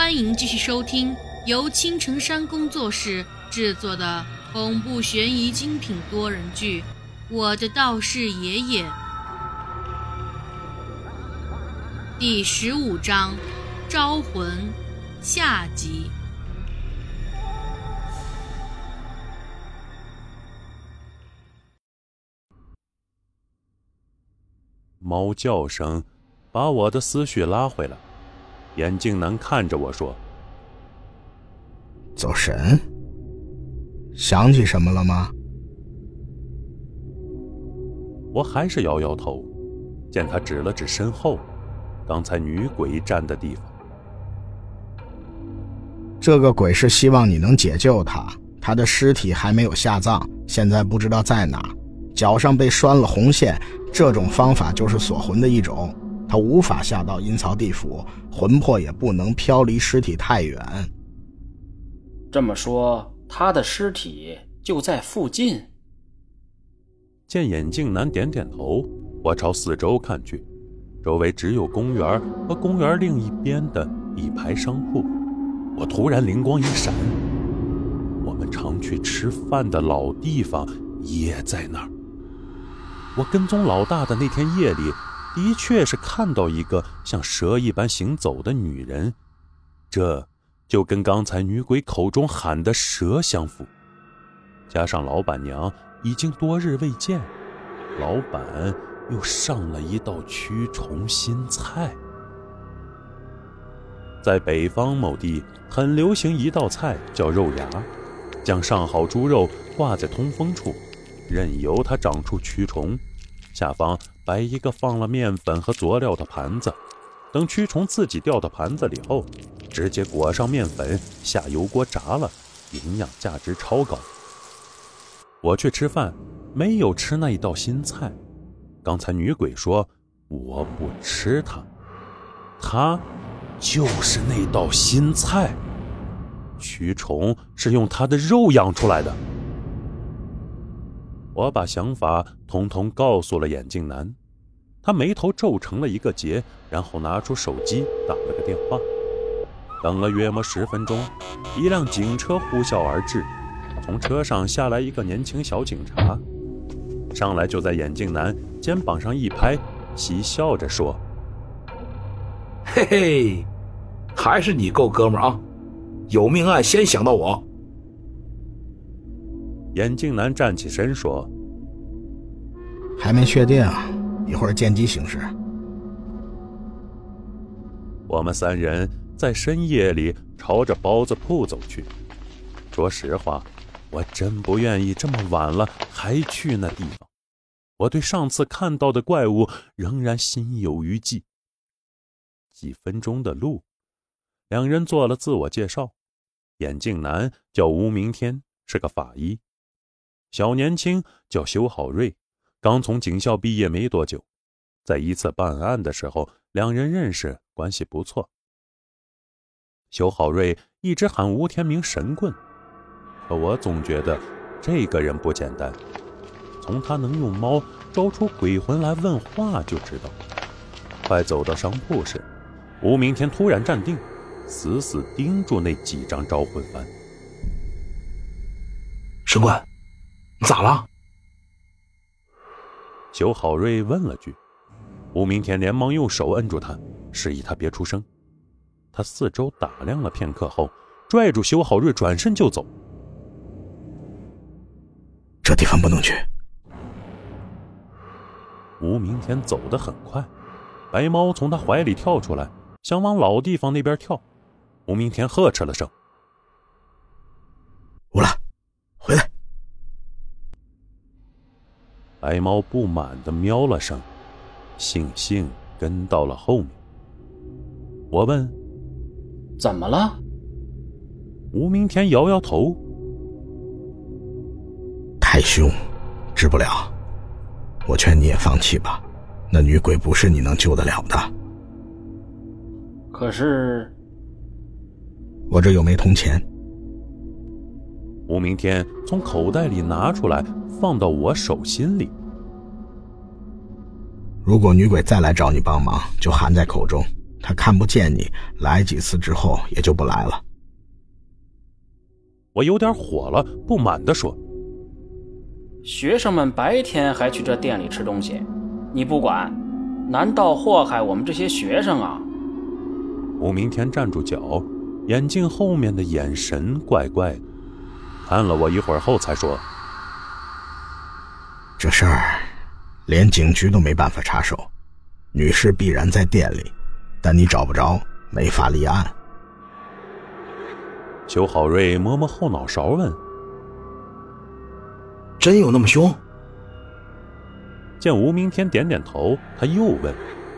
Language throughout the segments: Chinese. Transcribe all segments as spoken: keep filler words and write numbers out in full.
欢迎继续收听由青城山工作室制作的恐怖悬疑精品多人剧《我的道士爷爷》第十五章招魂下集。 猫叫声把我的思绪拉回来，眼镜男看着我说： 走神？想起什么了吗？ 我还是摇摇头，见他指了指身后刚才女鬼站的地方。 这个鬼是希望你能解救他，他的尸体还没有下葬，现在不知道在哪，脚上被拴了红线，这种方法就是锁魂的一种，他无法下到阴曹地府，魂魄也不能飘离尸体太远。 这么说，他的尸体就在附近。 见眼镜男点点头，我朝四周看去，周围只有公园和公园另一边的一排商铺。我突然灵光一闪，我们常去吃饭的老地方也在那儿。我跟踪老大的那天夜里，的确是看到一个像蛇一般行走的女人，这就跟刚才女鬼口中喊的蛇相符。加上老板娘已经多日未见，老板又上了一道驱虫新菜。在北方某地很流行一道菜叫肉芽，将上好猪肉挂在通风处，任由它长出蛆虫，下方摆一个放了面粉和佐料的盘子，等蛆虫自己掉到盘子里后，直接裹上面粉下油锅炸了，营养价值超高。我去吃饭没有吃那一道新菜，刚才女鬼说我不吃它，它就是那道新菜，蛆虫是用它的肉养出来的。我把想法统统告诉了眼镜男，他眉头皱成了一个结，然后拿出手机打了个电话。等了约莫十分钟，一辆警车呼啸而至，从车上下来一个年轻小警察，上来就在眼镜男肩膀上一拍，嬉笑着说： 嘿嘿，还是你够哥们儿啊，有命案先想到我。 眼镜男站起身说： 还没确定，一会儿见机行事。 我们三人在深夜里朝着包子铺走去。说实话，我真不愿意这么晚了还去那地方，我对上次看到的怪物仍然心有余悸。几分钟的路，两人做了自我介绍。眼镜男叫吴明天，是个法医；小年轻叫修好瑞，刚从警校毕业没多久，在一次办案的时候，两人认识，关系不错。修好瑞一直喊吴天明神棍，可我总觉得这个人不简单，从他能用猫招出鬼魂来问话就知道。快走到商铺时，吴明天突然站定，死死盯住那几张招魂幡。 神棍，你咋了？ 修好瑞问了句，吴明天连忙用手摁住他，示意他别出声。他四周打量了片刻后，拽住修好瑞转身就走。 这地方不能去。 吴明天走得很快，白猫从他怀里跳出来，想往老地方那边跳。吴明天呵斥了声： 乌拉，回来！ 白猫不满地喵了声，悻悻跟到了后面。我问： 怎么了？ 吴明天摇摇头： 太凶，治不了。我劝你也放弃吧，那女鬼不是你能救得了的。 可是我这又没铜钱。 吴明天从口袋里拿出来，放到我手心里。 如果女鬼再来找你帮忙，就含在口中， 他看不见你，来几次之后也就不来了。 我有点火了，不满地说： 学生们白天还去这店里吃东西，你不管，难道祸害我们这些学生啊？ 吴明天站住脚，眼镜后面的眼神怪怪的，看了我一会儿后才说： 这事儿连警局都没办法插手，女士必然在店里，但你找不着，没法立案。 邱好瑞摸摸后脑勺问： 真有那么凶？ 见吴明天点点头，他又问：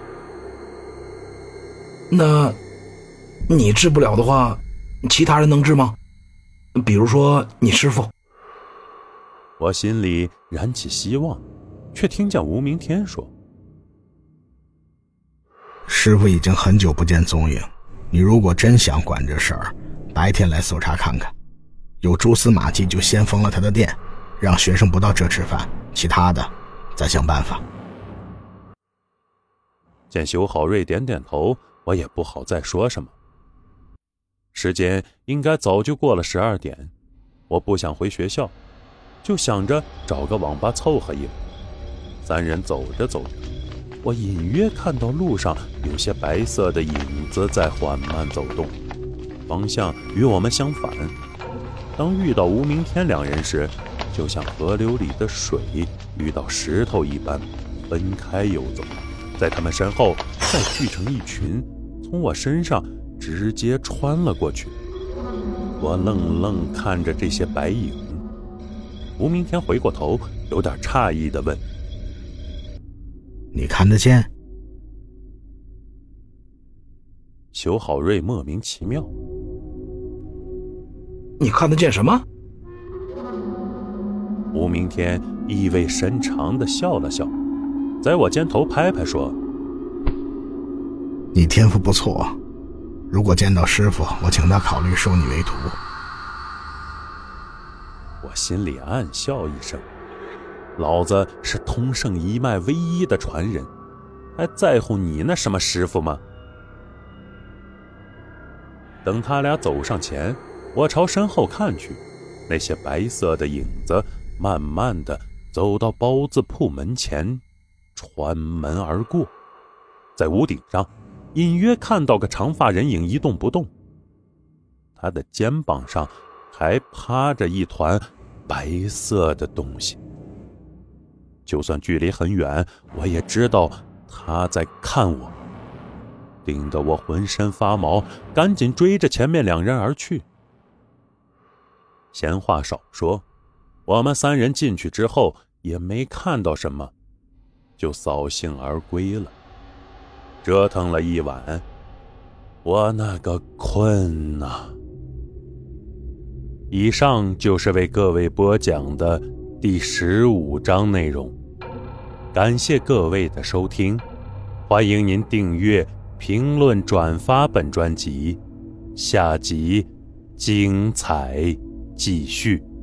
那你治不了的话，其他人能治吗？比如说你师父。 我心里燃起希望，却听见吴明天说： 师父已经很久不见踪影，你如果真想管这事儿，白天来搜查看看，有蛛丝马迹就先封了他的店，让学生不到这吃饭，其他的再想办法。 见修好瑞点点头，我也不好再说什么。时间应该早就过了十二点，我不想回学校，就想着找个网吧凑合一会。三人走着走着，我隐约看到路上有些白色的影子在缓慢走动，方向与我们相反。当遇到吴明天两人时，就像河流里的水遇到石头一般分开游走，在他们身后再聚成一群，从我身上直接穿了过去。我愣愣看着这些白影。吴明天回过头，有点诧异地问： 你看得见？ 裘好瑞莫名其妙： 你看得见什么？ 吴明天意味深长地笑了笑，在我肩头拍拍说： 你天赋不错，如果见到师傅，我请他考虑收你为徒。 我心里暗笑一声，老子是通圣一脉唯一的传人，还在乎你那什么师傅吗？等他俩走上前，我朝身后看去，那些白色的影子慢慢地走到包子铺门前，穿门而过。在屋顶上隐约看到个长发人影一动不动，他的肩膀上还趴着一团白色的东西。就算距离很远，我也知道他在看我，盯得我浑身发毛，赶紧追着前面两人而去。闲话少说，我们三人进去之后也没看到什么，就扫兴而归了。折腾了一晚，我那个困啊！以上就是为各位播讲的第十五章内容，感谢各位的收听，欢迎您订阅、评论、转发本专辑，下集精彩继续。